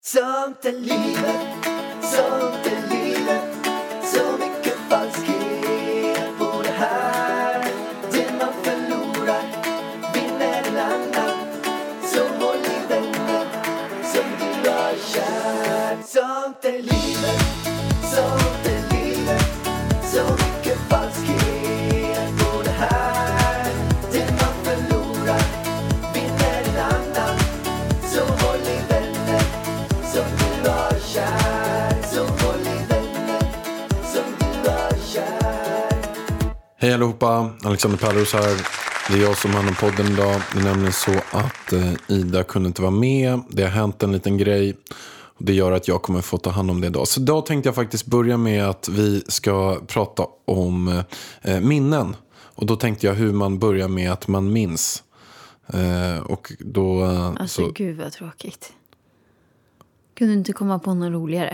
Sånt är livet, så mycket falskhet på det här. Det man förlorar vinner en annan, så håll i vänner som du har kär. Sånt är livet, så mycket falskhet på det här. Det man förlorar vinner en annan, så håll i vänner som du har kär. Så håll i vänner som du har kär. Hej allihopa, Alexander Pärlros här. Det är jag som har podden idag. Det är nämligen så att Ida kunde inte vara med. Det har hänt en liten grej. Och det gör att jag kommer få ta hand om det idag. Så idag tänkte jag faktiskt börja med att vi ska prata om minnen. Och då tänkte jag hur man börjar med att man minns. Och då... Alltså så... gud vad tråkigt. Kunde du inte komma på något roligare?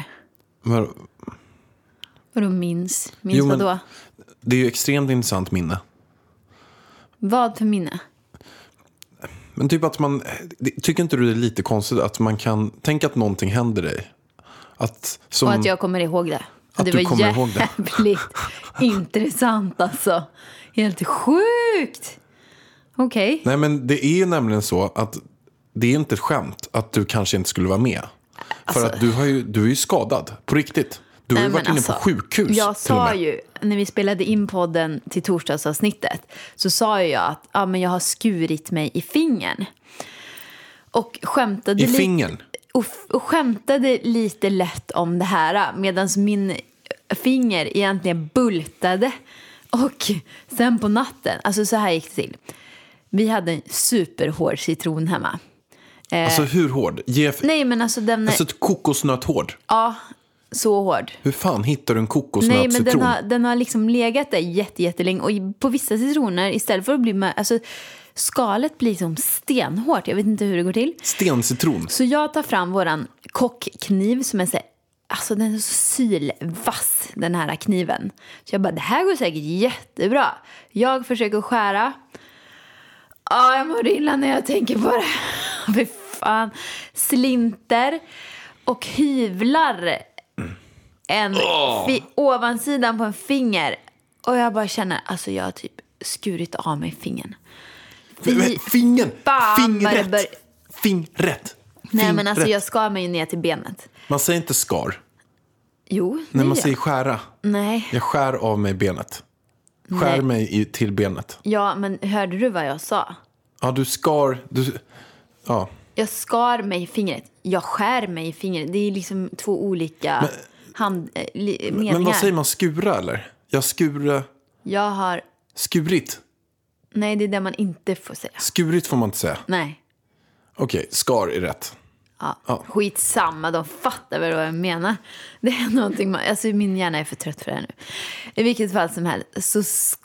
Vadå minns? Minns vad då? Det är ju extremt intressant minne. Vad för minne? Men typ att man... Tycker inte du det är lite konstigt att man kan... Tänka att någonting händer dig. Och att jag kommer ihåg det. Att det du var kommer ihåg det. jävligt intressant alltså. Helt sjukt. Okej. Nej, men det är ju nämligen så att det är inte ett skämt att du kanske inte skulle vara med. Alltså, för att du är ju skadad, på riktigt. Du har ju varit inne på sjukhus. Jag sa ju, när vi spelade in podden till torsdagsavsnittet, så sa ju jag att men jag har skurit mig i fingern. Och skämtade I fingern? Och skämtade lite lätt om det här, medan min finger egentligen bultade. Och sen på natten, alltså så här gick det till. Vi hade en superhård citron hemma. Alltså hur hård? Nej, men alltså den... Alltså kokosnöt hård? Ja, så hård. Hur fan hittar du en kokosnöt citron? Nej, men den har liksom legat där jättelänge. Och på vissa citroner, istället för att bli... Alltså, skalet blir som stenhårt. Jag vet inte hur det går till. Stencitron? Så jag tar fram våran kockkniv som är så... Alltså den är så sylvass, den här kniven. Så jag bara, det här går säkert jättebra. Jag försöker skära. Jag mår illa när jag tänker på det. Fy fan. Slinter och hyvlar ovansidan på en finger. Och jag bara känner, alltså jag har typ skurit av mig fingern. Fingret. Nej, men alltså jag skar mig ner till benet. Man säger inte skar. Jo. När man säger skära. Nej. Jag skär av mig benet. Skär mig till benet. Ja, men hörde du vad jag sa? Ja, ja. Jag skar mig i fingret. Jag skär mig i fingret. Det är liksom två olika meningar. Men vad säger man? Skura eller? Jag har skurit. Nej, det är det man inte får säga. Skurit får man inte säga. Nej. Okej, skar är rätt. Ja. Skitsamma, de fattar väl vad jag menar. Det är någonting alltså min hjärna är för trött för det här nu. I vilket fall som helst så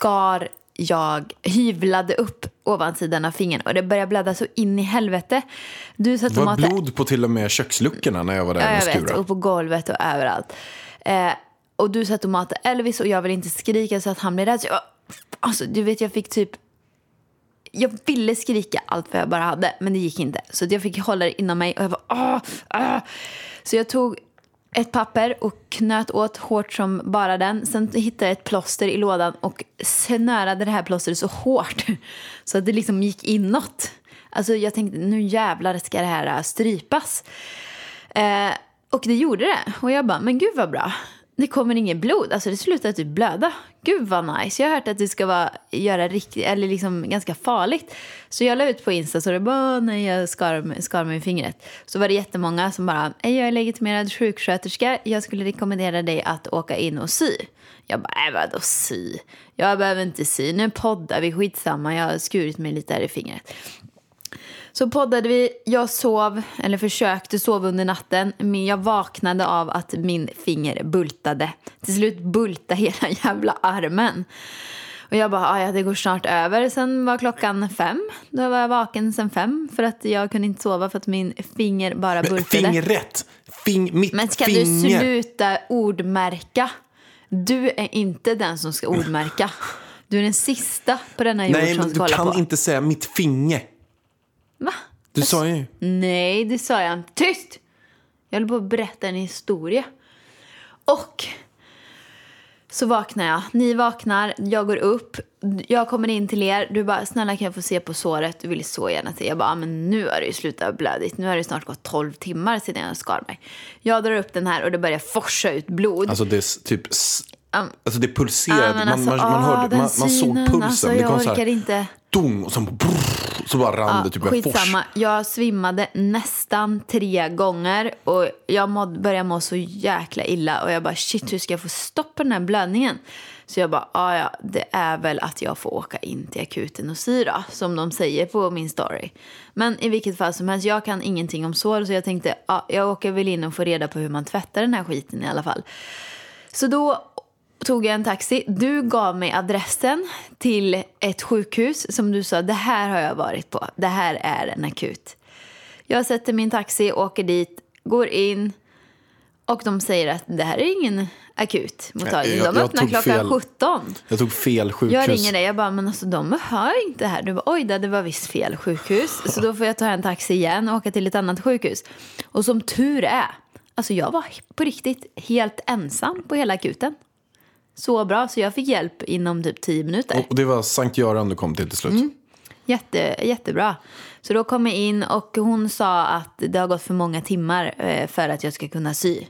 hyvlade upp ovansidan av fingern och det började blöda så in i helvete. Det var blod på till och med köksluckorna när jag var där och skura. Jag vet, och på golvet och överallt. Och du satt och matade Elvis och jag ville inte skrika så att han blev rädd. Så alltså, du vet, jag ville skrika allt vad jag bara hade, men det gick inte. Så jag fick hålla det inom mig och jag bara Så jag tog ett papper och knöt åt hårt som bara den. Sen hittade jag ett plåster i lådan och snörade det här plåstret så hårt så att det liksom gick inåt. Alltså jag tänkte, nu jävlar ska det här strypas. Och det gjorde det. Och jag bara, men gud vad bra. Det kommer inget blod. Alltså det slutar typ blöda. Gud vad nice. Jag har hört att det ska göra riktigt, eller liksom ganska farligt. Så jag la ut på Insta så det bara, när jag skar mig i fingret. Så var det jättemånga som bara, jag är legitimerad sjuksköterska. Jag skulle rekommendera dig att åka in och sy. Jag bara, vadå sy? Jag behöver inte sy. Nu poddar vi, skitsamma. Jag har skurit mig lite här i fingret. Så poddade vi, jag sov, eller försökte sova under natten, men jag vaknade av att min finger bultade. Till slut bultade hela jävla armen. Och jag bara, det går snart över. Sen var klockan 5, då var jag vaken sen 5 för att jag kunde inte sova för att min finger bara bultade. Fingret! Men ska du sluta ordmärka? Du är inte den som ska ordmärka. Du är den sista på denna jord som ska hålla på. Nej, men du kan inte säga mitt finger. Va? Du sa ju. Nej, det sa jag inte. Tyst! Jag höll på att berätta en historia. Och så vaknar jag. Ni vaknar, jag går upp. Jag kommer in till er. Du bara, snälla kan jag få se på såret? Du vill så gärna se. Jag bara, men nu har det ju slutat blödigt. Nu har det snart gått 12 timmar sedan jag skar mig. Jag drar upp den här och det börjar forsa ut blod. Alltså det är typ... Alltså det pulserade. Man såg pulsen. Alltså, jag orkar inte. Dong, och så bara rann det typ en fors. Skitsamma. Jag svimmade nästan 3 gånger. Och jag började må så jäkla illa. Och jag bara, shit, hur ska jag få stopp på den här blödningen? Så jag bara, ja, det är väl att jag får åka in till akuten och sy då, som de säger på min story. Men i vilket fall som helst, jag kan ingenting om sår. Så jag tänkte, jag åker väl in och får reda på hur man tvättar den här skiten i alla fall. Så då tog jag en taxi. Du gav mig adressen till ett sjukhus som du sa, det här har jag varit på. Det här är en akut. Jag sätter min taxi, åker dit, går in och de säger att det här är ingen akut mottagning. De öppnar klockan 17. Jag tog fel sjukhus. Jag ringer dig, jag bara, men alltså de hör inte här. Du bara, oj det var visst fel sjukhus. Så då får jag ta en taxi igen och åka till ett annat sjukhus. Och som tur är, alltså jag var på riktigt helt ensam på hela akuten. Så bra, så jag fick hjälp inom typ 10 minuter. Och det var Sankt Göran du kom till slut? Jättebra. Så då kom jag in och hon sa att det har gått för många timmar för att jag ska kunna sy.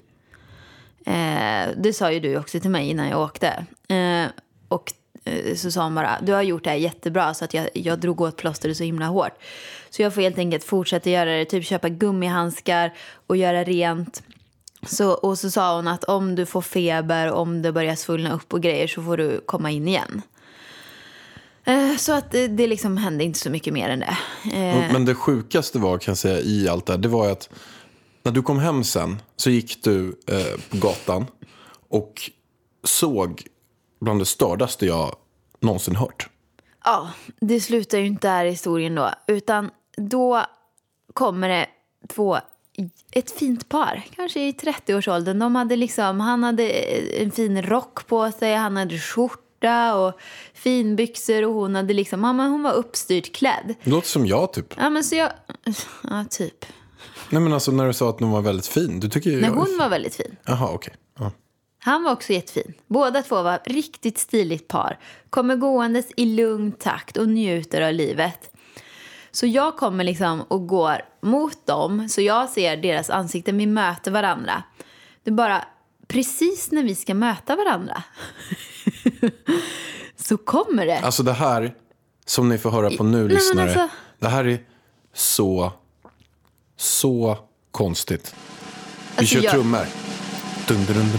Det sa ju du också till mig innan jag åkte. Och så sa hon bara, du har gjort det här jättebra, så att jag drog åt plåster så himla hårt. Så jag får helt enkelt fortsätta göra det, typ köpa gummihandskar och göra rent. Och så sa hon att om du får feber, om det börjar svullna upp och grejer, så får du komma in igen. Så att det liksom hände inte så mycket mer än det. Men det sjukaste var, kan jag säga, i allt det här, det var att när du kom hem sen så gick du på gatan och såg bland det stördaste jag någonsin hört. Ja, det slutar ju inte där historien då. Utan då kommer det ett fint par, kanske i 30-årsåldern. De hade liksom, han hade en fin rock på sig, han hade skjorta och finbyxor och hon hade liksom, hon var uppstyrt klädd. Det låter som jag typ. Ja, men så jag, ja typ. Nej, men alltså när du sa att hon var väldigt fin, du tycker ju... Nej, hon var väldigt fin. Jaha, okej. Ja. Han var också jättefin. Båda två var riktigt stiligt par. Kommer gåendes i lugn takt och njuter av livet. Så jag kommer liksom och går mot dem. Så jag ser deras ansikten. Vi möter varandra. Det är bara precis när vi ska möta varandra. Så kommer det. Alltså det här som ni får höra på nu, lyssnare. Alltså... Det här är så konstigt. Vi kör trummor. Då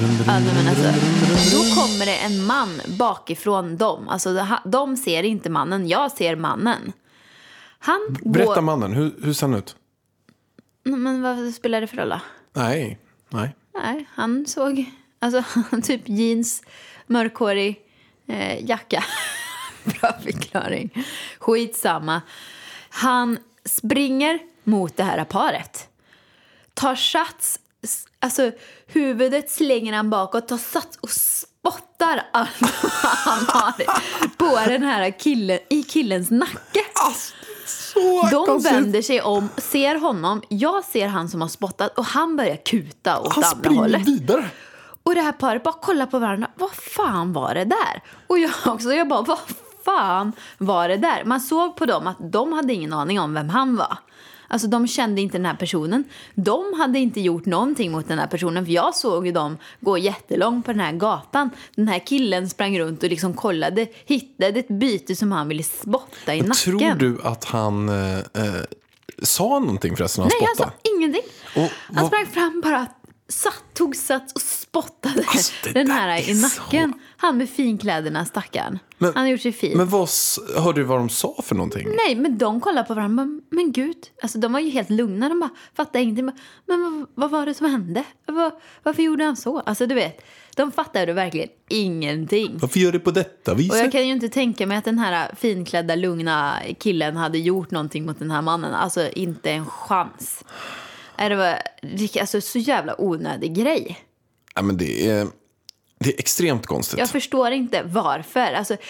kommer det en man bakifrån dem. Alltså de ser inte mannen. Jag ser mannen. Berätta mannen, hur ser han ut? Men vad spelar det för roll då? Nej, han såg typ jeans, mörkhårig jacka. Bra förklaring. Skitsamma. Han springer mot det här paret. Tar sats, alltså huvudet slänger han bakåt, tar sats och spottar allt han har på den här killen, i killens nacke. De vänder sig om, ser honom. Jag ser han som har spottat och han börjar kuta åt andra hållet. Han springer vidare. Och det här paret bara kollar på varandra. Vad fan var det där? Och jag bara, vad fan var det där? Man såg på dem att de hade ingen aning om vem han var. Alltså de kände inte den här personen. De hade inte gjort någonting mot den här personen. För jag såg ju dem gå jättelångt på den här gatan. Den här killen sprang runt och liksom kollade. Hittade ett byte som han ville spotta i nacken. Tror du att han sa någonting förresten? Nej, han sa ingenting. Han sprang fram bara. Tog sats och spottade den här i nacken. Så... Han med finkläderna, stackaren. Han har gjort sig fin. Men hörde du vad de sa för någonting? Nej, men de kollade på varandra. Men gud, alltså de var ju helt lugna. De bara fattade ingenting. Men vad var det som hände? Varför gjorde han så? Alltså du vet, de fattade verkligen ingenting. Varför gör det på detta vis? Och jag kan ju inte tänka mig att den här finklädda, lugna killen hade gjort någonting mot den här mannen. Alltså inte en chans. Det var alltså så jävla onödig grej. Ja, men det är extremt konstigt. Jag förstår inte varför. Alltså,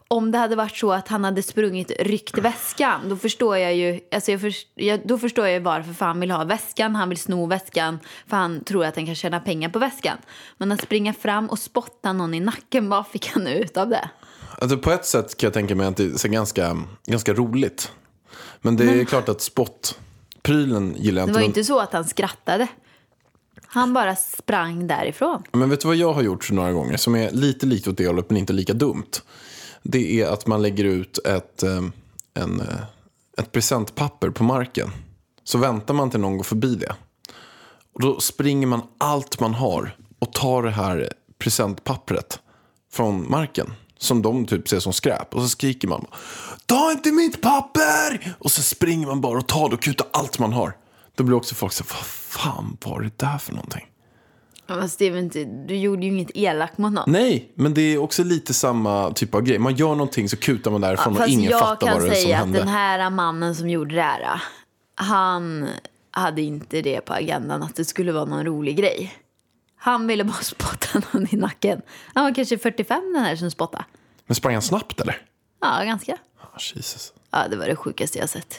om det hade varit så att han hade sprungit ryckt väskan, då förstår jag ju, alltså då förstår jag ju varför han vill ha väskan. Han vill sno väskan för han tror att han kan tjäna pengar på väskan. Men att springa fram och spotta någon i nacken, vad fick han ut av det? Alltså på ett sätt kan jag tänka mig att det är ganska roligt. Men det är klart att spottprylen gillar jag inte. Det var ju inte så att han skrattade. Han bara sprang därifrån. Men vet du vad jag har gjort några gånger som är lite likt åt det hållet men inte lika dumt? Det är att man lägger ut ett presentpapper på marken. Så väntar man till någon går förbi det. Och då springer man allt man har och tar det här presentpappret från marken. Som de typ ser som skräp. Och så skriker man: ta inte mitt papper! Och så springer man bara och tar det och kutar allt man har. Då blir också folk så: vad fan var det där för någonting? Men Steven, du gjorde ju inget elakt mot någon. Nej, men det är också lite samma typ av grej. Man gör någonting så kutar man därifrån och ingen fattar vad det är som hände. Jag kan säga att den här mannen som gjorde det här, han hade inte det på agendan att det skulle vara någon rolig grej. Han ville bara spotta någon i nacken. Han var kanske 45 den här som spottade. Men sprang han snabbt eller? Ja, ganska. Jesus. Ja, det var det sjukaste jag sett.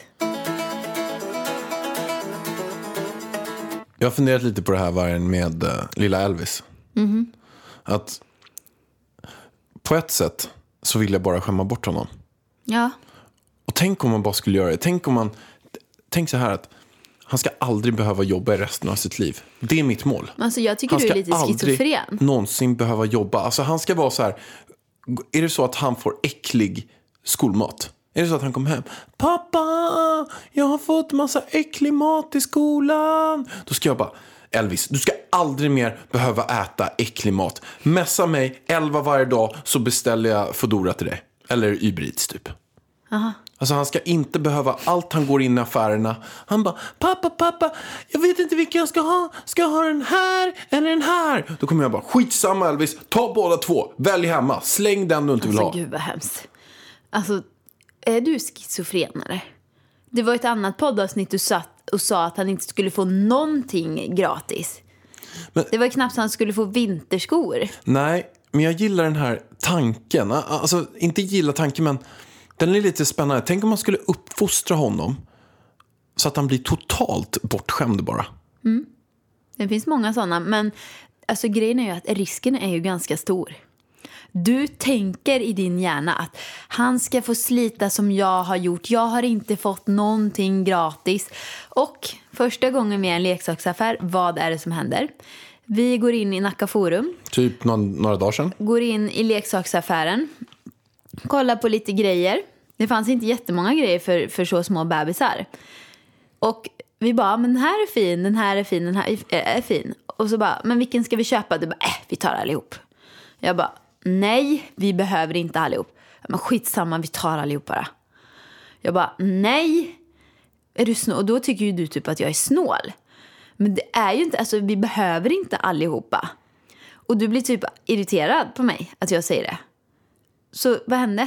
Jag har funderat lite på det här vargen med lilla Elvis. Att på ett sätt så vill jag bara skämma bort honom. Ja. Och tänk om man bara skulle göra det. Tänk så här att han ska aldrig behöva jobba i resten av sitt liv. Det är mitt mål. Alltså jag tycker du är lite schizofren. Han ska aldrig någonsin behöva jobba. Alltså han ska vara så här. Är det så att han får äcklig skolmat? Är det så att han kommer hem: pappa, jag har fått massa äcklig mat i skolan. Då ska jag bara: Elvis, du ska aldrig mer behöva äta äcklig mat. Messa mig 11 varje dag så beställer jag Foodora till dig. Eller Uber Eats typ. Aha. Alltså han ska inte behöva allt han går in i affärerna. Han bara: pappa, jag vet inte vilken jag ska ha. Ska jag ha den här eller den här? Då kommer jag bara: skitsamma Elvis, ta båda två. Välj hemma, släng den du inte vill ha. Alltså gud vad hemskt. Alltså, är du schizofrenare? Det var ett annat poddavsnitt du satt och sa att han inte skulle få någonting gratis. Men det var knappt att han skulle få vinterskor. Nej, men jag gillar den här tanken. Alltså, inte gillar tanken, men den är lite spännande. Tänk om man skulle uppfostra honom så att han blir totalt bortskämd bara. Det finns många sådana, men alltså, grejen är ju att risken är ju ganska stor. Du tänker i din hjärna att han ska få slita som jag har gjort. Jag har inte fått någonting gratis. Och första gången vi är i en leksaksaffär, vad är det som händer? Vi går in i Nacka Forum. Typ några dagar sedan. Går in i leksaksaffären. Kollar på lite grejer. Det fanns inte jättemånga grejer för så små bebisar. Och vi bara: men den här är fin, den här är fin, den här är fin. Och så bara: men vilken ska vi köpa? Du bara: vi tar allihop. Jag bara: nej, vi behöver inte allihop. Men skitsamma, vi tar allihop bara. Jag bara: nej. Är du snål? Och då tycker ju du typ att jag är snål. Men det är ju inte, alltså vi behöver inte allihopa. Och du blir typ irriterad på mig att jag säger det. Så vad hände?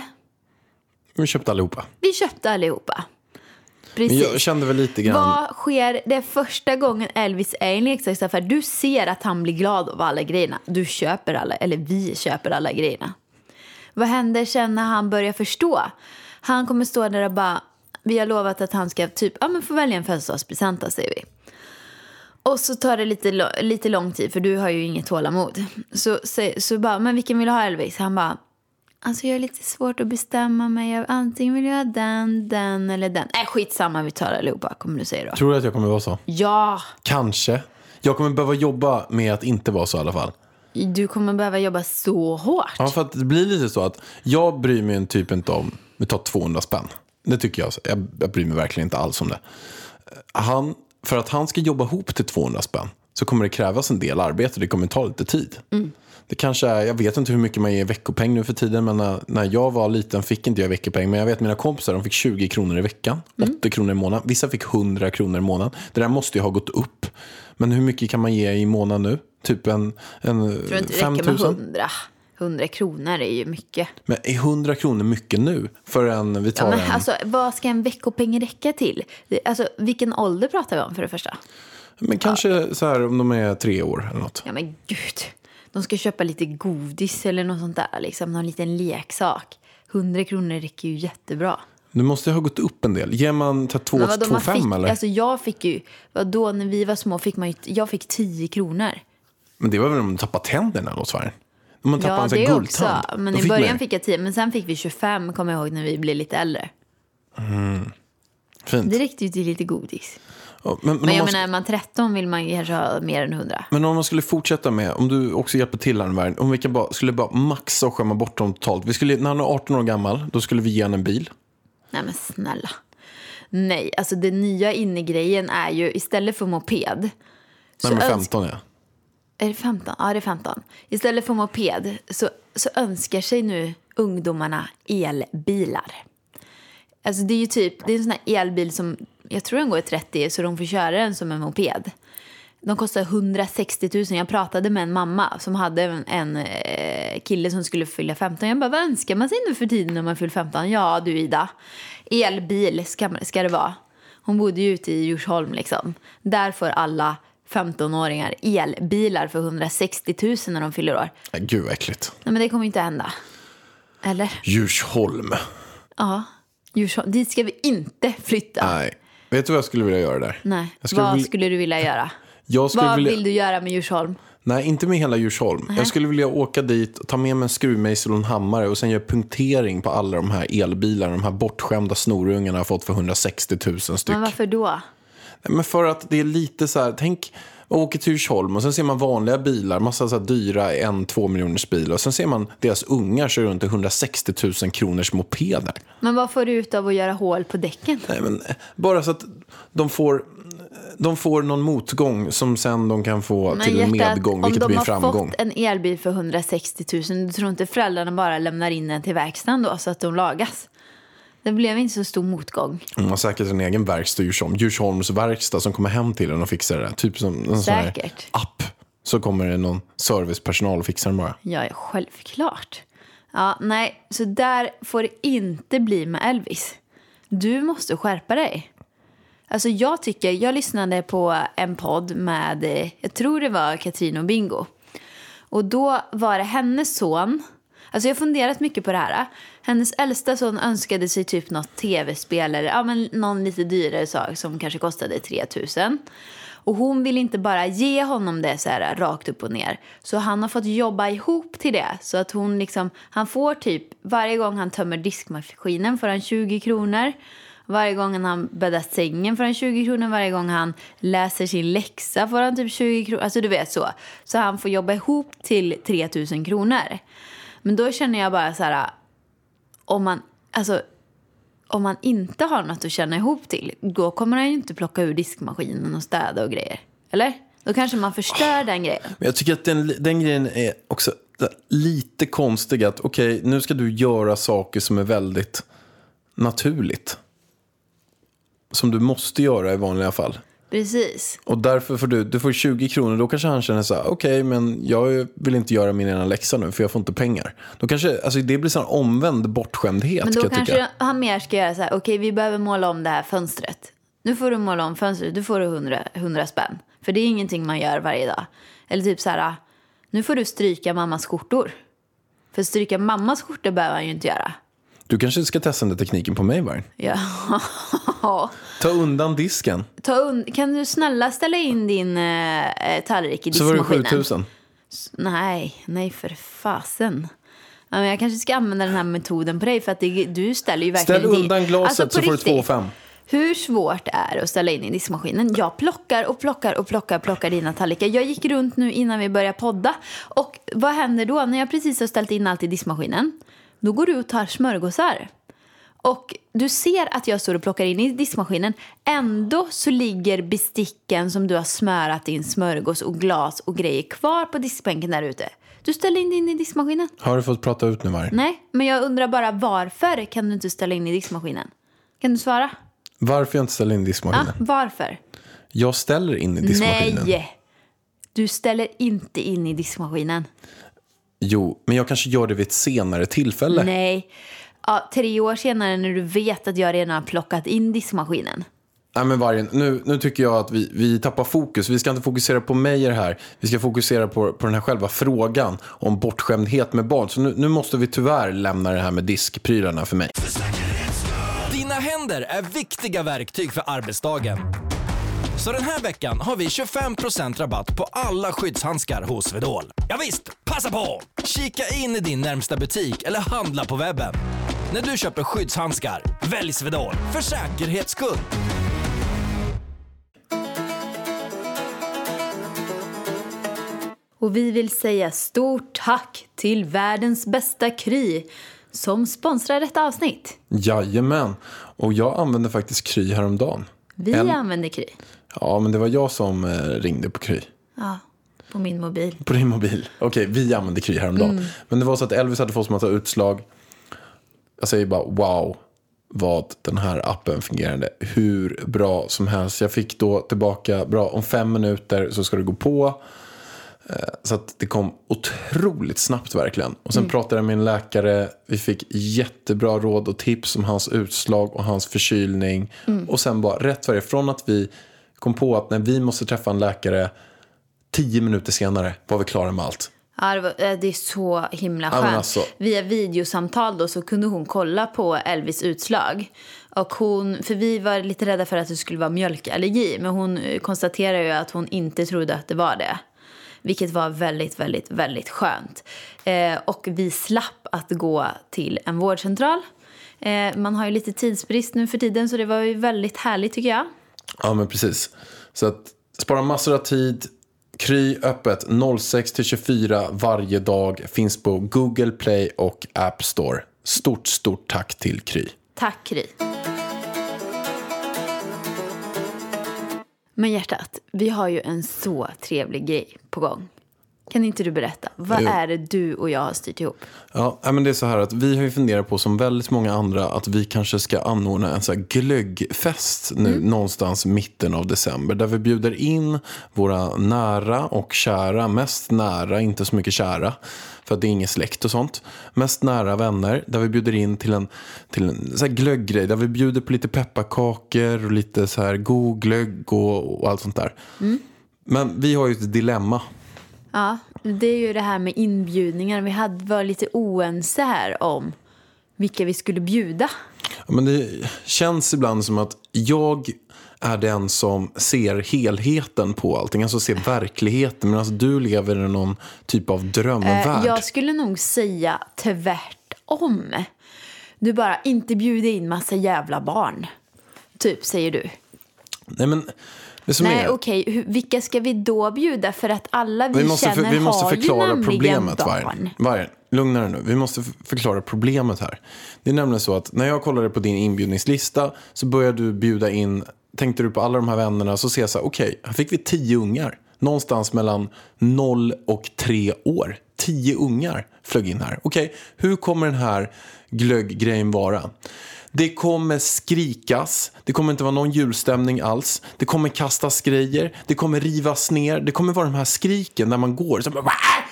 Vi köpte allihopa. Vi köpte allihopa. Precis. Men jag kände väl lite grann. Vad sker det första gången Elvis är i en leksaksaffär? Du ser att han blir glad av alla grejerna. Du köper alla, eller vi köper alla grejerna. Vad händer sen när han börjar förstå? Han kommer stå där och bara: vi har lovat att han ska typ, men få välja en födelsedagspresent, säger vi. Och så tar det lite lång tid, för du har ju inget tålamod. Så bara: men vilken vill du ha, Elvis? Han bara: alltså jag är lite svårt att bestämma mig. Antingen vill jag ha den eller den. Skitsamma, vi tar allihopa, kommer du säga då. Tror du att jag kommer vara så? Ja. Kanske. Jag kommer behöva jobba med att inte vara så i alla fall. Du kommer behöva jobba så hårt. Ja, för att det blir lite så att jag bryr mig typ inte om vi tar 200 spänn. Det tycker jag. Jag bryr mig verkligen inte alls om det. För att han ska jobba ihop till 200 spänn så kommer det krävas en del arbete. Det kommer ta lite tid. Det kanske är, jag vet inte hur mycket man ger veckopeng nu för tiden, men när jag var liten fick inte jag veckopeng. Men jag vet mina kompisar, de fick 20 kronor i veckan, 80 kronor i månaden. Vissa fick 100 kronor i månaden. Det där måste ju ha gått upp. Men hur mycket kan man ge i månaden nu? Typ en 5 000? Jag tror inte det räcker med 100 kronor är ju mycket. Men är 100 kronor mycket nu? För alltså, vad ska en veckopeng räcka till? Alltså, vilken ålder pratar vi om för det första? Men kanske så här om de är 3 år eller något. Ja men gud. De ska köpa lite godis eller något sånt där. Liksom, någon liten leksak. 100 kronor räcker ju jättebra. Du måste ha gått upp en del. Ger man 2,5 eller? Alltså jag fick ju, vadå, när vi var små fick man ju, jag fick 10 kronor. Men det var väl om man tappade tänderna då, Sverige? Om man tappade en sån här guldtand. Också. Men i början fick jag 10, men sen fick vi 25, kommer jag ihåg, när vi blev lite äldre. Fint. Det räckte ju till lite godis. Ja, men jag menar, är man 13 vill man kanske ha mer än 100. Men om man skulle fortsätta med, om du också hjälper till här i världen, om vi skulle bara maxa och skämma bort dem totalt. När han är 18 år gammal, då skulle vi ge han en bil. Nej men snälla. Nej, alltså det nya innegrejen är ju, istället för moped. Nej men 15 ja. Är det 15? Ja, det är 15. Istället för moped så önskar sig nu ungdomarna elbilar. Alltså det är ju typ, det är en sån här elbil som, jag tror den går i 30, så de får köra den som en moped. De kostar 160 000. Jag pratade med en mamma som hade en kille som skulle fylla 15. Jag bara, vad önskar man sig nu för tiden när man fyller 15? Ja du Ida, elbil ska det vara. Hon bodde ju ute i Djursholm liksom. Där får alla 15-åringar elbilar för 160 000 när de fyller år. Gud vad äckligt. Nej men det kommer inte hända. Eller? Djursholm. Ja, Djursholm. Dit ska vi inte flytta. Nej. Vet du vad jag skulle vilja göra där? Nej. Vad skulle du vilja göra? Vill du göra med Djursholm? Nej, inte med hela Djursholm. Jag skulle vilja åka dit och ta med mig en skruvmejsel och en hammare och sen göra punktering på alla de här elbilarna. De här bortskämda snorungarna har fått för 160 000 styck. Men varför då? Nej, men för att det är lite så här, tänk, åker till Djursholm och sen ser man vanliga bilar, massa så här dyra 1-2 miljoners bilar. Och sen ser man deras ungar kör runt 160 000 kronors mopeder. Men vad får du ut av att göra hål på däcken? Nej, men bara så att de får någon motgång som sen de kan få till en medgång, vilket blir en framgång. Om de har fått en elbil för 160 000, du tror inte föräldrarna bara lämnar in den till verkstaden då så att de lagas? Det blev inte så stor motgång. De har säkert en egen verkstad, Djursholms verkstad som kommer hem till den och fixar det. Typ som en sån här app. Så kommer det någon servicepersonal och fixar den bara. Ja, självklart. Ja, nej, så där får det inte bli med Elvis. Du måste skärpa dig. Alltså jag lyssnade på en podd med, jag tror det var Katrin och Bingo. Och då var det hennes son. Alltså jag har funderat mycket på det här. Hennes äldsta son önskade sig typ något tv-spel eller men någon lite dyrare sak som kanske kostade 3 000. Och hon vill inte bara ge honom det så här rakt upp och ner. Så han har fått jobba ihop till det. Så att hon liksom, han får typ, varje gång han tömmer diskmaskinen får han 20 kronor. Varje gång han bäddar sängen får han 20 kronor. Varje gång han läser sin läxa får han typ 20 kronor. Alltså du vet så. Så han får jobba ihop till 3 000 kronor. Men då känner jag bara så här, om man inte har något att känna ihop till, då kommer han ju inte plocka ur diskmaskinen och städa och grejer. Eller? Då kanske man förstör den grejen. Men jag tycker att den grejen är också lite konstig. Att okej, nu ska du göra saker som är väldigt naturligt. Som du måste göra i vanliga fall. Precis. Och därför får du får 20 kronor. Då kanske han känner så här, okej, men jag vill inte göra min ena läxa nu för jag får inte pengar. Då kanske, alltså det blir sån omvänd bortskämdhet. Men då kanske han mer ska göra så här, okej, vi behöver måla om det här fönstret. Nu får du måla om fönstret, du får 100 spänn. För det är ingenting man gör varje dag. Eller typ så här, nu får du stryka mammas skjortor. För stryka mammas skjortor behöver han ju inte göra. Du kanske ska testa den tekniken på mig, Varn. Ja. Ta undan disken. Kan du snälla ställa in din tallrik i diskmaskinen? Så var det 7 000. Nej för fasen. Ja, men jag kanske ska använda den här metoden på dig. För att du ställer ju verkligen ställ undan glaset alltså, så får du 2 5. Hur svårt är det att ställa in i diskmaskinen? Jag plockar dina tallrikar. Jag gick runt nu innan vi började podda. Och vad händer då när jag precis har ställt in allt i diskmaskinen? Då går du och tar smörgåsar. Och du ser att jag står och plockar in i diskmaskinen. Ändå så ligger besticken som du har smörat in smörgås och glas och grejer kvar på diskbänken där ute. Du ställer in i diskmaskinen. Har du fått prata ut nu, Varg? Nej, men jag undrar bara varför kan du inte ställa in i diskmaskinen? Kan du svara? Varför jag inte ställer in i diskmaskinen? Varför? Jag ställer in i diskmaskinen. Nej, du ställer inte in i diskmaskinen. Jo, men jag kanske gör det vid ett senare tillfälle. Nej, 3 år senare när du vet att jag redan har plockat in diskmaskinen. Nej, men Vargen, nu tycker jag att vi tappar fokus. Vi ska inte fokusera på mig i det här. Vi ska fokusera på den här själva frågan om bortskämdhet med barn. Så nu måste vi tyvärr lämna det här med diskprylarna för mig. Dina händer är viktiga verktyg för arbetsdagen. Så den här veckan har vi 25% rabatt på alla skyddshandskar hos Swedol. Ja visst, passa på! Kika in i din närmsta butik eller handla på webben. När du köper skyddshandskar, välj Swedol för säkerhets skull. Och vi vill säga stort tack till världens bästa Kry som sponsrar detta avsnitt. Jajamän. Och jag använde faktiskt Kry häromdagen. Vi använder Kry. Ja, men det var jag som ringde på Kry. Ja, på min mobil. På din mobil. Okej, vi använde Kry häromdagen. Men det var så att Elvis hade fått massa utslag. Jag säger bara wow, vad den här appen fungerade. Hur bra som helst. Jag fick då tillbaka, bra, om 5 minuter så ska det gå på. Så att det kom otroligt snabbt verkligen. Och sen pratade jag med en läkare. Vi fick jättebra råd och tips om hans utslag och hans förkylning. Och sen bara rätt vad det är, från att vi kom på att när vi måste träffa en läkare 10 minuter senare var vi klara med allt. Ja, det är så himla skönt. Ja, alltså. Via videosamtal då så kunde hon kolla på Elvis utslag. Och för vi var lite rädda för att det skulle vara mjölkallergi. Men hon konstaterade ju att hon inte trodde att det var det. Vilket var väldigt, väldigt, väldigt skönt. Och vi slapp att gå till en vårdcentral. Man har ju lite tidsbrist nu för tiden, så det var ju väldigt härligt tycker jag. Ja, men precis. Så att spara massor av tid. Kry öppet 06-24 varje dag. Finns på Google Play och App Store. Stort tack till Kry. Tack Kry. Men hjärtat, vi har ju en så trevlig grej på gång. Kan inte du berätta? Vad är det du och jag har styrt ihop? Ja, men det är så här att vi har ju funderat på, som väldigt många andra, att vi kanske ska anordna en så här glöggfest nu någonstans mitten av december. Där vi bjuder in våra nära och kära, mest nära, inte så mycket kära. För att det är ingen släkt och sånt. Mest nära vänner. Där vi bjuder in till en så här glögggrej. Där vi bjuder på lite pepparkakor och lite så här god glögg och allt sånt där. Men vi har ju ett dilemma. Ja, det är ju det här med inbjudningar. Vi var lite oense här om vilka vi skulle bjuda. Ja, men det känns ibland som att jag är den som ser helheten på allting. Alltså ser verkligheten. Men alltså du lever i någon typ av drömvärld. Jag skulle nog säga tvärtom. Du bara inte bjuder in massa jävla barn. Typ, säger du. Nej, men... Nej, okej. Vilka ska vi då bjuda? För att alla vi känner vi måste har förklara ju nämligen problemet, barn. Vargen, lugna dig nu. Vi måste förklara problemet här. Det är nämligen så att när jag kollade på din inbjudningslista så började du bjuda in, tänkte du på alla de här vännerna, så ser jag så här, okej, här fick vi 10 ungar. Någonstans mellan 0 och 3 år. 10 ungar flög in här. Okej, hur kommer den här glögggrejen vara? Det kommer skrikas. Det kommer inte vara någon julstämning alls. Det kommer kastas grejer. Det kommer rivas ner. Det kommer vara de här skriken när man går. Så bara,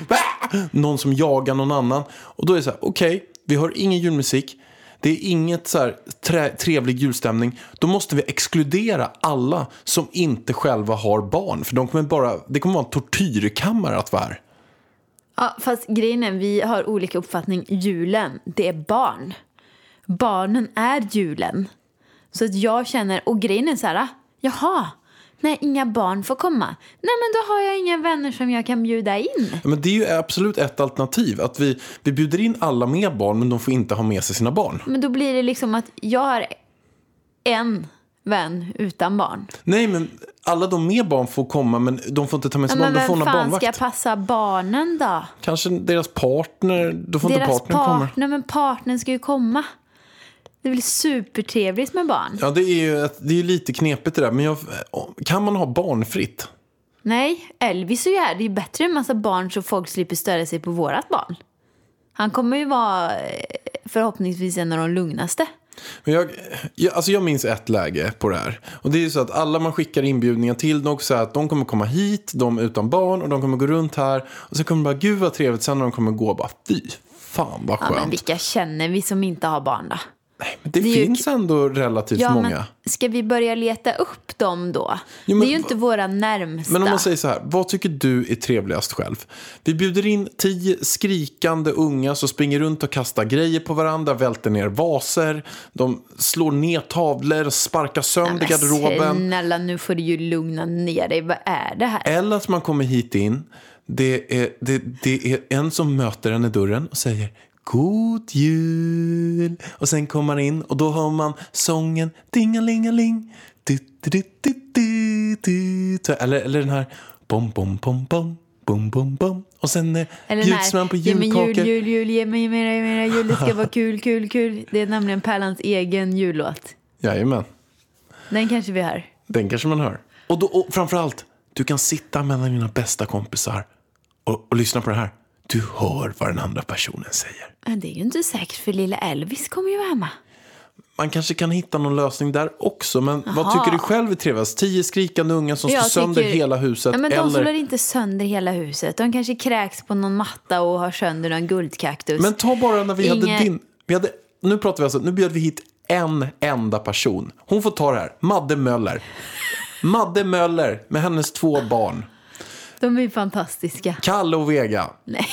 någon som jagar någon annan. Och då är det så här, okej, vi har ingen julmusik. Det är inget så här trevlig julstämning. Då måste vi exkludera alla som inte själva har barn. För det kommer vara en tortyrkammare att vara här. Ja, fast grejen är, vi har olika uppfattning. Julen, det är barn. Barnen är julen. Så att jag känner, och grejen är så här, jaha, nej, inga barn får komma. Nej, men då har jag inga vänner som jag kan bjuda in. Ja, men det är ju absolut ett alternativ. Att vi bjuder in alla med barn, men de får inte ha med sig sina barn. Men då blir det liksom att jag har en vän utan barn. Nej, men alla de med barn får komma, men de får inte ta med sig barn. De får vem en fan barnvakt. ska passa barnen då? Kanske deras partner. Då får inte partnern komma. Men partnern ska ju komma. Det är väl supertrevligt med barn. Ja, det är ju lite knepigt det där. Men kan man ha barnfritt? Nej, Elvis är ju här. Det är ju bättre en massa barn så folk slipper störa sig på vårat barn. Han kommer ju vara förhoppningsvis en av de lugnaste. Men jag minns ett läge på det här. Och det är ju så att alla man skickar inbjudningar till, de säger att de kommer komma hit, de utan barn, och de kommer gå runt här. Och så kommer de bara, gud vad trevligt. Sen när de kommer gå, bara fy fan vad skönt. Ja, men vilka känner vi som inte har barn då? Men det finns ändå relativt många. Men ska vi börja leta upp dem då? Jo, men, det är ju inte våra närmsta. Men om man säger så här, vad tycker du är trevligast själv? Vi bjuder in 10 skrikande unga som springer runt och kastar grejer på varandra, välter ner vaser, de slår ner tavlor och sparkar sönder garderoben. Snälla, nu får du ju lugna ner dig. Vad är det här? Eller att man kommer hit in, det är en som möter en i dörren och säger God jul. Och sen kommer man in och då hör man sången Dingalingaling. Eller den här bom bom bom bom bom bom bom. Och sen bjuds man på julkakor. Ge mig mera jul. Det ska vara kul. Det är nämligen Pärlans egen jullåt. Jajamän. Den kanske vi hör. Den kanske man hör. Och framförallt, du kan sitta mellan dina bästa kompisar och lyssna på det här. Du hör vad den andra personen säger. Men det är ju inte säkert, för lilla Elvis kommer ju vara hemma. Man kanske kan hitta någon lösning där också. Men vad tycker du själv är trevligast? 10 skrikande unga som slår sönder hela huset? Ja, men de eller... slår inte sönder hela huset. De kanske kräks på någon matta och har sönder någon guldkaktus. Men ta bara när vi hade din... Nu pratar vi alltså... Nu bjöd vi hit en enda person. Hon får ta det här. Madde Möller. Madde Möller med hennes 2 barn. De är fantastiska. Kalle och Vega. Nej,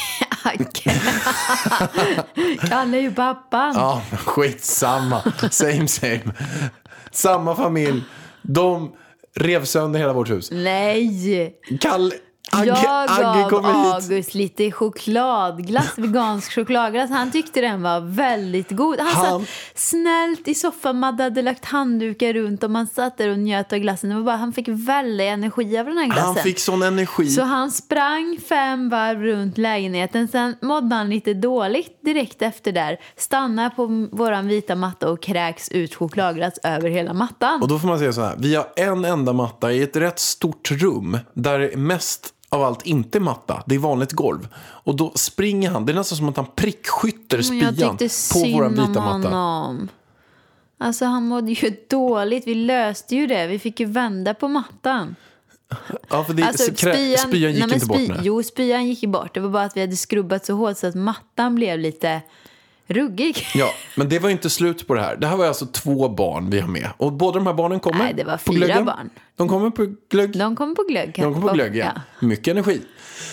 Kalle är ju pappan. Ja, skitsamma. Same. Samma familj. De rev sönder hela vårt hus. Nej. Kalle... Jag Agge gav August lite chokladglass, vegansk chokladglass. Han tyckte den var väldigt god. Han satt snällt i soffan. Madde hade lagt handdukar runt och man satt där och njöt av glassen. Det var bara, han fick väldigt energi av den här glassen. Han fick sån energi. Så han sprang 5 varv runt lägenheten. Sen mådde han lite dåligt direkt efter där. Stannade på våran vita matta och kräks ut chokladglass över hela mattan. Och då får man säga så här. Vi har en enda matta i ett rätt stort rum där mest av allt inte matta. Det är vanligt golv. Och då springer han. Det är nästan som att han prickskytter spyan på våra vita matta. Alltså han mådde ju dåligt. Vi löste ju det. Vi fick ju vända på mattan. Ja, för det, alltså, spyan gick inte bort. Jo, spyan gick ju bort. Det var bara att vi hade skrubbat så hårt så att mattan blev lite ruggig. Ja, men det var inte slut på det här. Det här var alltså 2 barn vi har med. Och båda de här barnen kommer. Nej, det var 4 barn. De kommer på glögg. De kommer på glögg. Ja. Mycket energi.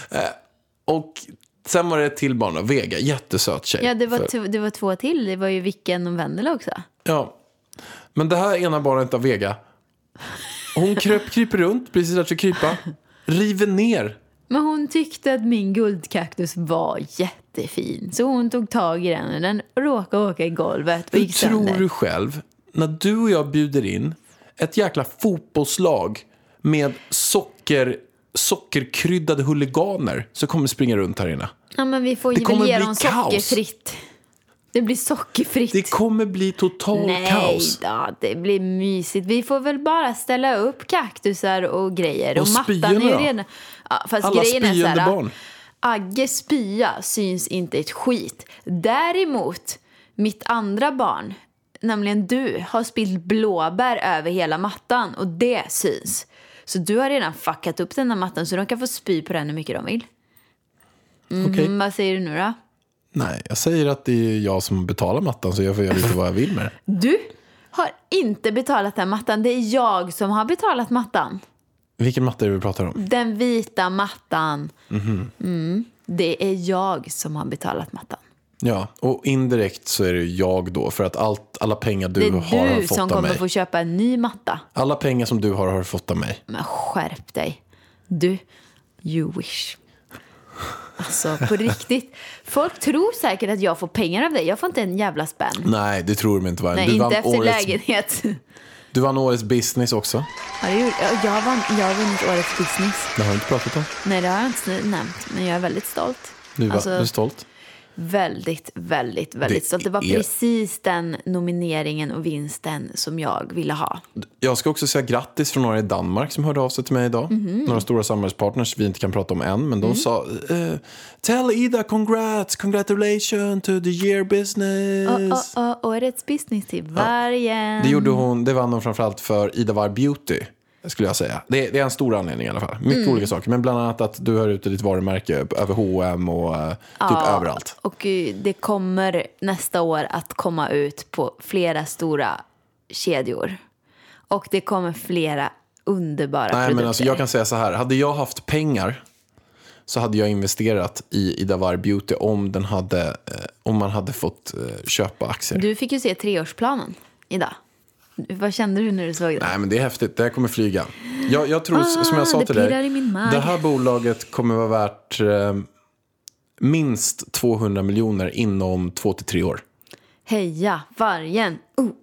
Och sen var det ett till barn, Vega, jättesöt tjej. Ja, det var 2 till. Det var ju Vicken och Wendela också. Ja, men det här ena barnet av Vega, hon kryper runt, precis där att krypa, river ner. Men hon tyckte att min guldkaktus var jättefin. Så hon tog tag i den och den råkade åka i golvet och gick sönder. Hur tror du själv, när du och jag bjuder in ett jäkla fotbollslag med sockerkryddade huliganer så kommer springa runt här inne? Ja, men vi får ju väl ge dem sockerfritt. Det blir sockerfritt. Det kommer bli total kaos. Nej då, det blir mysigt. Vi får väl bara ställa upp kaktusar och grejer. Och mattan är ju redan... Ja, fast alla grejen är så här, barn. Agges spya syns inte ett skit. Däremot, mitt andra barn, nämligen du, har spillt blåbär över hela mattan. Och det syns. Så du har redan fuckat upp den här mattan så de kan få spy på den hur mycket de vill. Okay. Vad säger du nu då? Nej, jag säger att det är jag som betalar mattan så jag får göra lite vad jag vill med det. Du har inte betalat den mattan. Det är jag som har betalat mattan. Vilken matta är det vi pratar om? Den vita mattan. Det är jag som har betalat mattan. Ja, och indirekt så är det jag då. För att alla pengar du har fått av mig. Det är du som kommer få köpa en ny matta. Alla pengar som du har fått av mig. Men skärp dig. Du, you wish. Alltså, på riktigt. Folk tror säkert att jag får pengar av dig. Jag får inte en jävla spänn. Nej, det tror de inte. Nej, inte efter lägenhet. Du vann årets business också. Ja, jag har vunnit årets business. Det har du inte pratat om. Nej, det har jag inte nämnt. Men jag är väldigt stolt. Du är stolt? Väldigt, väldigt, väldigt stolt. Det var precis den nomineringen och vinsten som jag ville ha. Jag ska också säga grattis från några i Danmark som hörde av sig till mig idag. Några stora samarbetspartners vi inte kan prata om än. Men de sa, tell Ida congratulations to the year business. Årets business till vargen. Det gjorde hon, det vann hon framförallt för Ida Var Beauty. skulle jag säga. Det är en stor anledning i alla fall. Mycket olika saker. Men bland annat att du har ute ditt varumärke över H&M och typ överallt. Och det kommer nästa år att komma ut på flera stora kedjor. Och det kommer flera underbara produkter. Men alltså jag kan säga så här. Hade jag haft pengar så hade jag investerat i Ida Warg Beauty om man hade fått köpa aktier. Du fick ju se 3-årsplanen idag. Vad kände du när du såg det? Nej, men det är häftigt. Det här kommer flyga. Jag tror, som jag sa till dig, det här bolaget kommer vara värt minst 200 miljoner inom 2-3 år. Heja, vargen.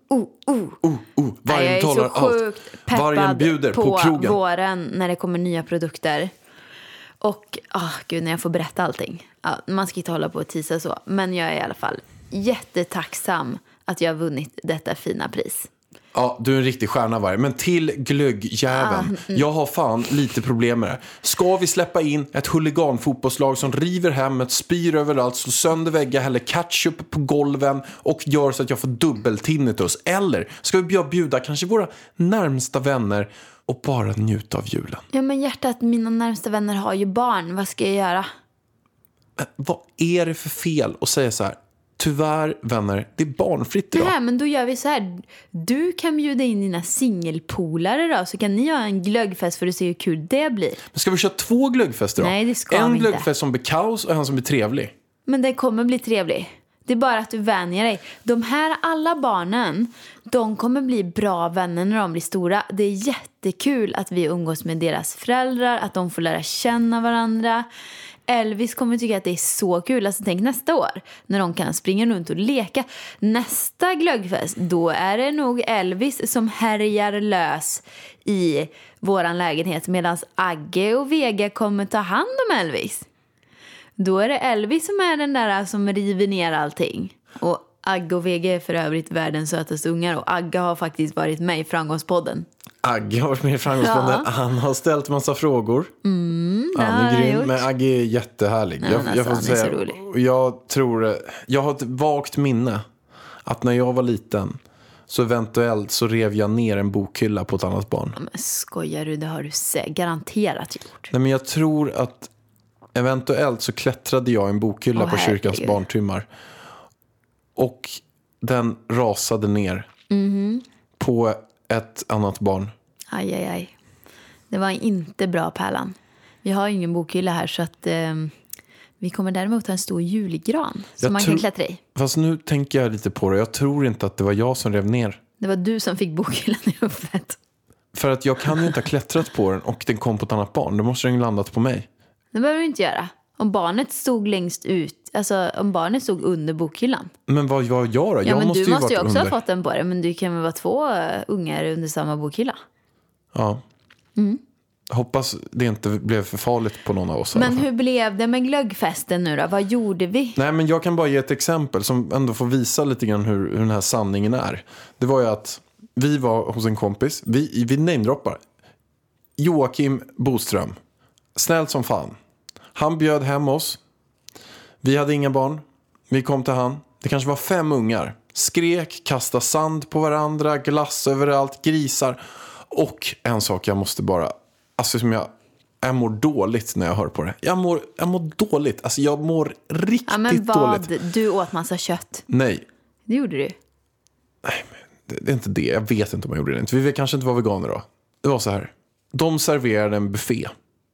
Vargen jag är talar så sjukt allt. Vargen bjuder på krogen. Våren när det kommer nya produkter. Och, gud, när jag får berätta allting. Ja, man ska inte hålla på och tisa så. Men jag är i alla fall jättetacksam att jag har vunnit detta fina pris. Ja, du är en riktig stjärna, Varg. Men till glöggjäveln. Jag har fan lite problem med det. Ska vi släppa in ett huliganfotbollslag som river hemmet, spyr överallt, slår sönder väggar, häller ketchup på golven och gör så att jag får dubbeltinnitus? Eller ska vi bjuda kanske våra närmsta vänner och bara njuta av julen? Ja, men hjärtat, mina närmsta vänner har ju barn. Vad ska jag göra? Men vad är det för fel att säga så här? Tyvärr, vänner, det är barnfritt idag. Nej, men då gör vi så här. Du kan bjuda in dina singelpolare då, så kan ni ha en glöggfest för att se hur kul det blir. Men ska vi köra 2 glöggfester då? Nej, det ska vi en inte. glöggfest som blir kaos och en som blir trevlig. Men det kommer bli trevlig. Det är bara att du vänjer dig. De här alla barnen, de kommer bli bra vänner när de blir stora. Det är jättekul att vi umgås med deras föräldrar, att de får lära känna varandra. Elvis kommer tycka att det är så kul. Alltså tänk nästa år när de kan springa runt och leka. Nästa glöggfest, då är det nog Elvis som härjar lös i våran lägenhet, medan Agge och Vega kommer ta hand om Elvis. Då är det Elvis som är den där som river ner allting. Och Agge och Vega är för övrigt världens sötaste ungar. Och Agge har faktiskt varit med i Framgångspodden. Agge har varit med i Framgångspodden. Ja. Han har ställt massa frågor. Han är grym, men Agge är jättehärlig. Jag får säga, jag har ett vagt minne att när jag var liten så eventuellt så rev jag ner en bokhylla på ett annat barn. Men skojar du, det har du garanterat gjort. Nej, men jag tror att eventuellt så klättrade jag en bokhylla på kyrkans barntimmar. Och den rasade ner på ett annat barn. Aj. Det var inte bra, Pärlan. Vi har ingen bokhylla här, så att vi kommer däremot ha en stor julgran som man kan klättra i. Fast nu tänker jag lite på det. Jag tror inte att det var jag som rev ner. Det var du som fick bokhyllan i huvudet. För att jag kan ju inte ha klättrat på den och den kom på ett annat barn. Då måste den landat på mig. Det behöver du inte göra. Om barnet stod längst ut, alltså om barnet stod under bokhyllan. Men vad var jag då? Ja, men du måste ju också ha fått den på det. Men du kan väl vara 2 ungar under samma bokhylla. Ja. Hoppas det inte blev för farligt på någon av oss. Men hur blev det med glöggfesten nu då? Vad gjorde vi? Nej, men jag kan bara ge ett exempel som ändå får visa lite grann hur den här sanningen är. Det var ju att vi var hos en kompis. Vi namedroppar. Joakim Boström. Snällt som fan. Han bjöd hem oss. Vi hade inga barn. Vi kom till han. Det kanske var 5 ungar. Skrek, kastade sand på varandra, glass överallt, grisar. Och en sak jag måste bara... Alltså som jag mår dåligt när jag hör på det. Jag mår dåligt. Alltså jag mår riktigt dåligt. Men vad? Du åt massa kött. Nej. Det gjorde du. Nej, men det är inte det. Jag vet inte om jag gjorde det. Vi kanske inte var veganer då. Det var så här. De serverade en buffé.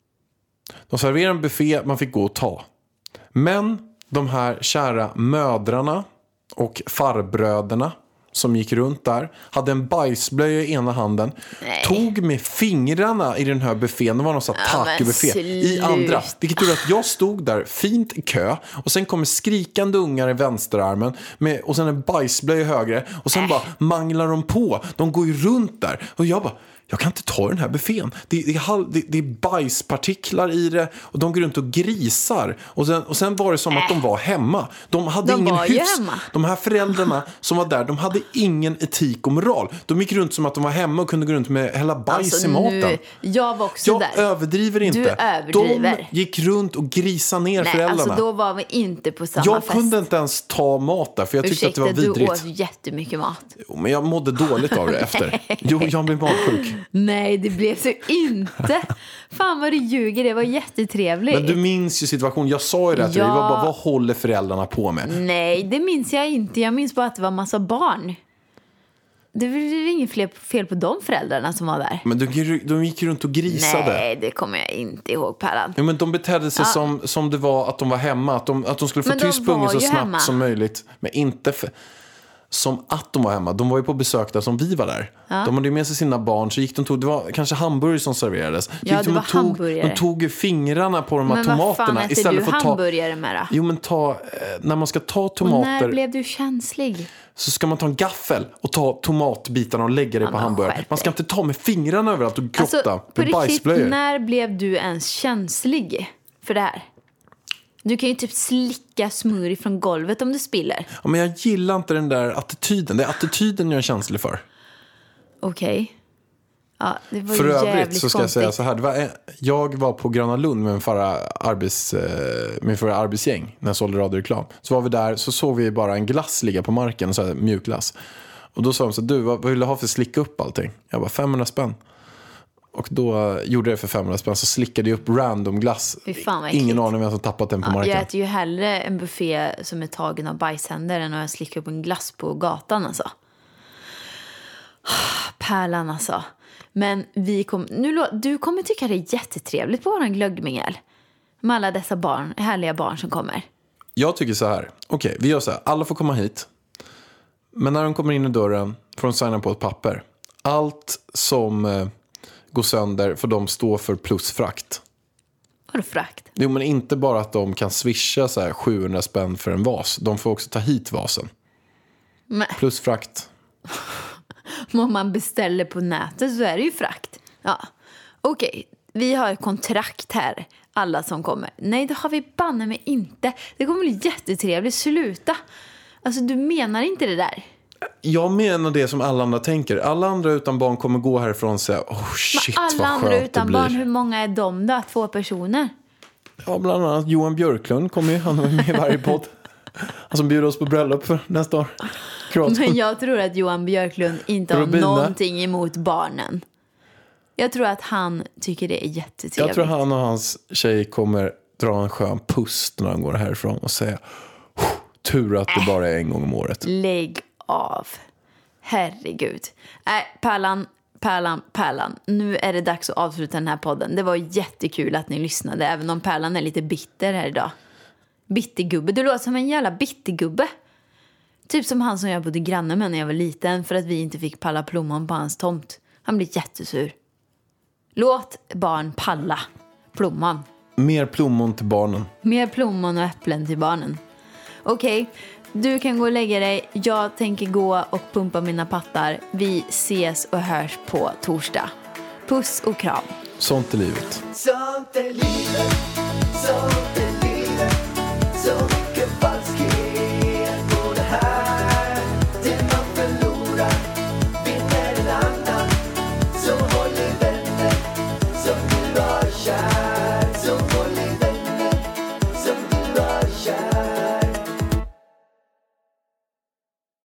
Man fick gå och ta. Men de här kära mödrarna och farbröderna som gick runt där hade en bajsblöja i ena handen. Nej. Tog med fingrarna i den här buffén. Det var någon sån takebuffé i andra. Vilket gjorde att jag stod där fint i kö. Och sen kommer skrikande ungar i vänsterarmen och sen en bajsblöja högre. Och sen bara manglar de på. De går ju runt där. Och jag bara... Jag kan inte ta den här buffén. Det är bajspartiklar i det. Och de går runt och grisar. Och sen var det som att de var hemma. De hade ingen hyfs. De här föräldrarna som var där, de hade ingen etik och moral. De gick runt som att de var hemma och kunde gå runt med hela bajs i maten. Jag var också där. Jag överdriver inte. Du överdriver. De gick runt och grisade ner föräldrarna. Alltså då var vi inte på samma jag fest. Kunde inte ens ta mat där, för jag tyckte att det var vidrigt. Du åt jättemycket mat. Jo, men jag mådde dåligt av det efter. Jo, jag blev magsjuk. Nej, det blev så inte. Fan vad du ljuger, det var jättetrevligt. Men du minns ju situationen. Jag sa ju det till dig. Det var bara, vad håller föräldrarna på med? Nej, det minns jag inte. Jag minns bara att det var massa barn. Det var inget fel på de föräldrarna som var där. Men de gick runt och grisade. Nej, det kommer jag inte ihåg, Pärlan. Ja, men de betedde sig som det var att de var hemma. Att de skulle få tyst på ungen så snabbt hemma. Som möjligt. Men inte som att de var hemma. De var ju på besök där som vi var där. Ja. De hade ju med sig sina barn. Så gick de det var kanske hamburgare som serverades. Ja, det var hamburgare. De tog ju fingrarna på de här tomaterna. Men vad fan äter du hamburgare med då? Jo, men när man ska ta tomater. Och när blev du känslig? Så ska man ta en gaffel och ta tomatbitarna och lägga det på hamburgaren. Man ska inte ta med fingrarna överallt och grotta. Alltså, på riktigt, när blev du ens känslig för det här? Du kan ju typ slicka smör från golvet om du spiller. Ja, men jag gillar inte den där attityden. Det är attityden jag är känslig för. Okej. Ja, det var för ju övrigt så ska konstigt. jag säga så här. Jag var på Gröna Lund med min förra arbetsgäng när jag sålde radioreklam. Så var vi där, så såg vi bara en glass ligga på marken, så här mjukglass. Och då sa de så här, du, vad vill du ha för att slicka upp allting? Jag bara, 500 spänn. Och då gjorde jag det för 500 spänn. Så slickade jag upp random glass. Ingen aning vem som tappat den på marken. Jag äter ju hellre en buffé som är tagen av bajshänder än att slicka upp en glass på gatan alltså. Pärlan alltså. Men du kommer tycka det är jättetrevligt på våran glöggmingel. Med alla dessa härliga barn som kommer. Jag tycker så här. Okej, vi gör så här. Alla får komma hit. Men när de kommer in i dörren får de signa på ett papper. Allt som går sönder för de står för plusfrakt. Vadå frakt? Jo, men inte bara att de kan swisha så här 700 spänn för en vas. De får också ta hit vasen. Plusfrakt. Om man beställer på nätet så är det ju frakt. Ja. Okej, vi har ett kontrakt här. Alla som kommer. Nej, det har vi banne mig inte. Det kommer bli jättetrevligt. Sluta. Alltså, du menar inte det där. Jag menar det som alla andra tänker. Alla andra utan barn kommer gå härifrån och säga, shit vad skönt det blir. Alla andra utan barn, hur många är de då? 2 personer? Ja, bland annat Johan Björklund kommer ju. Han är med i varje podd. Han som bjuder oss på bröllop för nästa år. Kroatien. Men jag tror att Johan Björklund inte har någonting emot barnen. Jag tror att han tycker det är jättetrevligt. Jag tror han och hans tjej kommer dra en skön pust när han går härifrån och säga, tur att det bara är en gång om året. Lägg av. Herregud. Pärlan. Nu är det dags att avsluta den här podden. Det var jättekul att ni lyssnade. Även om Pärlan är lite bitter här idag. Bittergubbe. Du låter som en jävla bittergubbe. Typ som han som jag bodde granne med när jag var liten. För att vi inte fick palla plommon på hans tomt. Han blir jättesur. Låt barn palla plommon. Mer plommon till barnen. Mer plommon och äpplen till barnen. Okej. Du kan gå och lägga dig. Jag tänker gå och pumpa mina pattar. Vi ses och hörs på torsdag. Puss och kram. Sånt är livet. Sånt är livet.